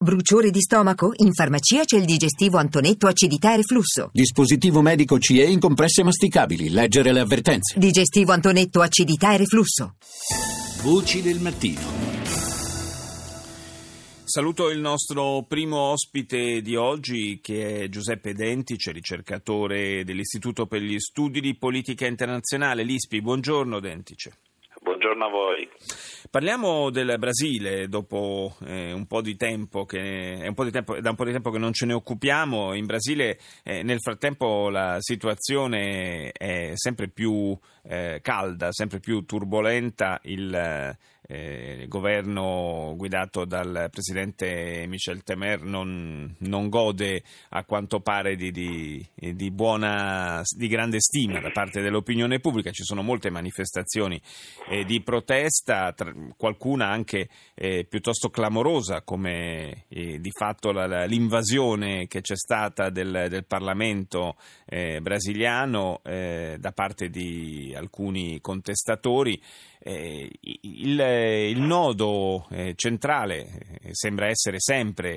Bruciore di stomaco? In farmacia c'è il digestivo Antonetto acidità e reflusso. Dispositivo medico CE in compresse masticabili. Leggere le avvertenze. Digestivo Antonetto acidità e reflusso. Voci del mattino. Saluto il nostro primo ospite di oggi, che è Giuseppe Dentice, ricercatore dell'Istituto per gli Studi di Politica Internazionale, l'ISPI. Buongiorno Dentice. Buongiorno a voi. Parliamo del Brasile dopo un po' di tempo da un po' di tempo che non ce ne occupiamo. In Brasile nel frattempo la situazione è sempre più calda, sempre più turbolenta. Il governo guidato dal presidente Michel Temer non gode a quanto pare di grande stima da parte dell'opinione pubblica. Ci sono molte manifestazioni di protesta, qualcuna anche piuttosto clamorosa, come di fatto l'invasione che c'è stata del Parlamento brasiliano da parte di alcuni contestatori. Il nodo centrale sembra essere sempre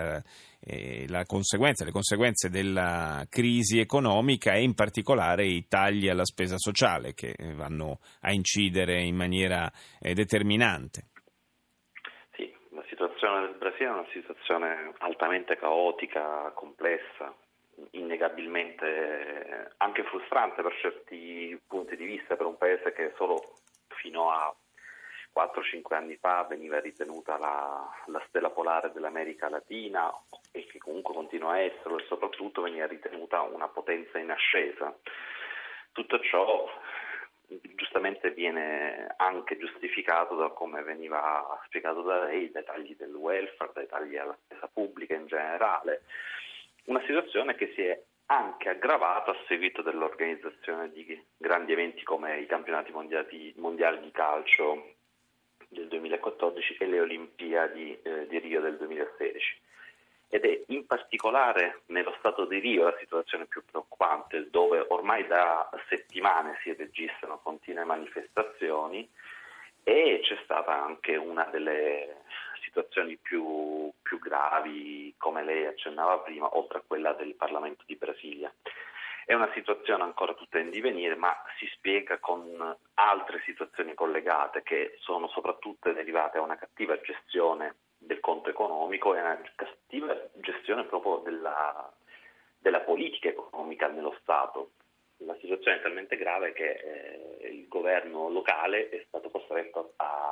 le conseguenze della crisi economica e in particolare i tagli alla spesa sociale che vanno a incidere in maniera determinante. Sì, la situazione del Brasile è una situazione altamente caotica, complessa, innegabilmente anche frustrante per certi punti di vista, per un paese che solo fino a 4-5 anni fa veniva ritenuta la stella polare dell'America Latina e che comunque continua a esserlo, e soprattutto veniva ritenuta una potenza in ascesa. Tutto ciò giustamente viene anche giustificato da come veniva spiegato da lei, dai tagli del welfare, dai tagli alla spesa pubblica in generale. Una situazione che si è anche aggravata a seguito dell'organizzazione di grandi eventi come i campionati mondiali di calcio del 2014 e le Olimpiadi di Rio del 2016. Ed è in particolare nello stato di Rio la situazione più preoccupante, dove ormai da settimane si registrano continue manifestazioni e c'è stata anche una delle situazioni più gravi, come lei accennava prima, oltre a quella del Parlamento di Brasilia. È una situazione ancora tutta in divenire, ma si spiega con altre situazioni collegate che sono soprattutto derivate da una cattiva gestione del conto economico e una cattiva gestione proprio della politica economica nello Stato. La situazione è talmente grave che il governo locale è stato costretto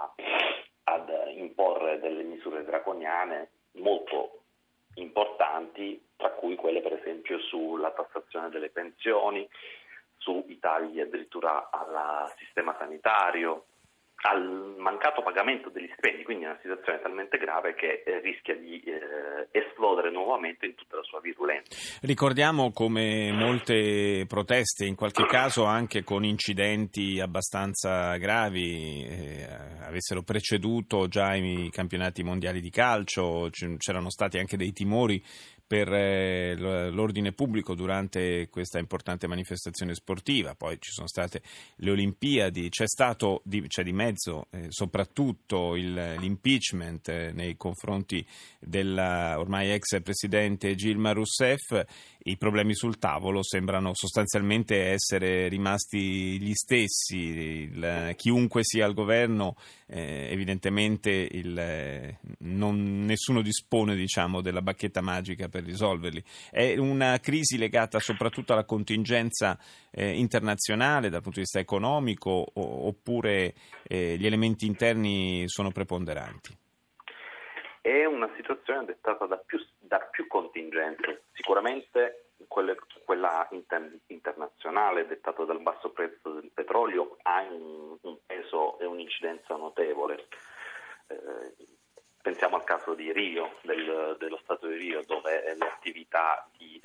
ad imporre delle misure draconiane molto importanti, tra cui quelle per esempio sulla tassazione delle pensioni, sui tagli addirittura al sistema sanitario, al mancato pagamento degli stipendi. Quindi è una situazione talmente grave che rischia di esplodere nuovamente in tutta la sua virulenza. Ricordiamo come molte proteste, in qualche caso anche con incidenti abbastanza gravi, avessero preceduto già i campionati mondiali di calcio. C'erano stati anche dei timori per l'ordine pubblico durante questa importante manifestazione sportiva. Poi ci sono state le Olimpiadi, c'è di mezzo soprattutto l'impeachment nei confronti della ormai ex presidente Dilma Rousseff. I problemi sul tavolo sembrano sostanzialmente essere rimasti gli stessi. Chiunque sia al governo, evidentemente nessuno dispone, della bacchetta magica per risolverli. È una crisi legata soprattutto alla contingenza internazionale dal punto di vista economico, oppure gli elementi interni sono preponderanti? È una situazione dettata da più contingenze. Sicuramente quella internazionale, dettata dal basso prezzo del petrolio, ha un peso e un'incidenza notevole. Pensiamo al caso di Rio, dello Stato di Rio, dove le attività di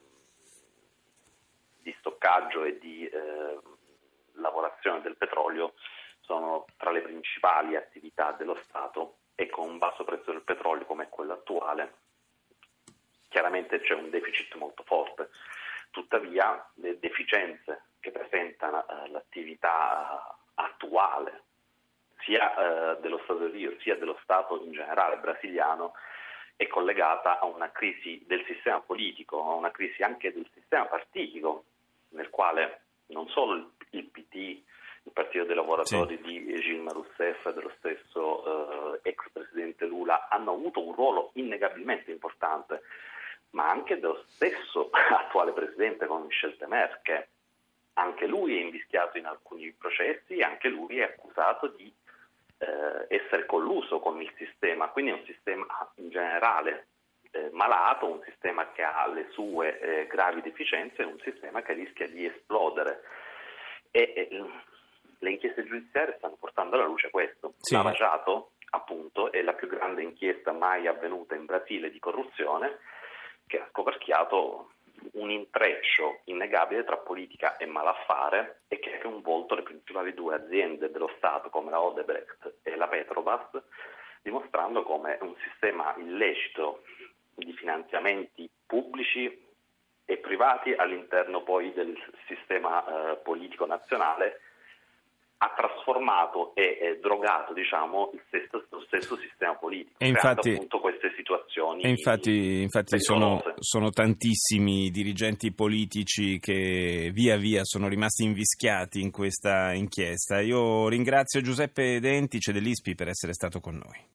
stoccaggio e di lavorazione del petrolio sono tra le principali attività dello Stato, e con un basso prezzo del petrolio come quello attuale chiaramente c'è un deficit molto forte. Tuttavia le deficienze che presenta l'attività attuale sia dello Stato di Rio sia dello Stato in generale brasiliano è collegata a una crisi del sistema politico, a una crisi anche del sistema partitico, nel quale non solo il PT, il Partito dei Lavoratori di Gilles Rousseff e dello stesso ex presidente Lula hanno avuto un ruolo innegabilmente importante, ma anche dello stesso attuale presidente con Michel Temer, che anche lui è invischiato in alcuni processi e anche lui è accusato di essere colluso con il sistema, quindi è un sistema in generale malato, un sistema che ha le sue gravi deficienze, un sistema che rischia di esplodere e le inchieste giudiziarie stanno portando alla luce questo. Sì. Lava Jato, appunto, è la più grande inchiesta mai avvenuta in Brasile di corruzione, che ha scoperchiato un intreccio innegabile tra politica e malaffare e che ha coinvolto le principali due aziende dello Stato come la Odebrecht e la Petrobras, dimostrando come un sistema illecito di finanziamenti pubblici e privati all'interno poi del sistema politico nazionale ha trasformato e drogato, diciamo, lo stesso sistema politico, e infatti, appunto queste situazioni. E infatti sono tantissimi dirigenti politici che via via sono rimasti invischiati in questa inchiesta. Io ringrazio Giuseppe Dentice dell'ISPI per essere stato con noi.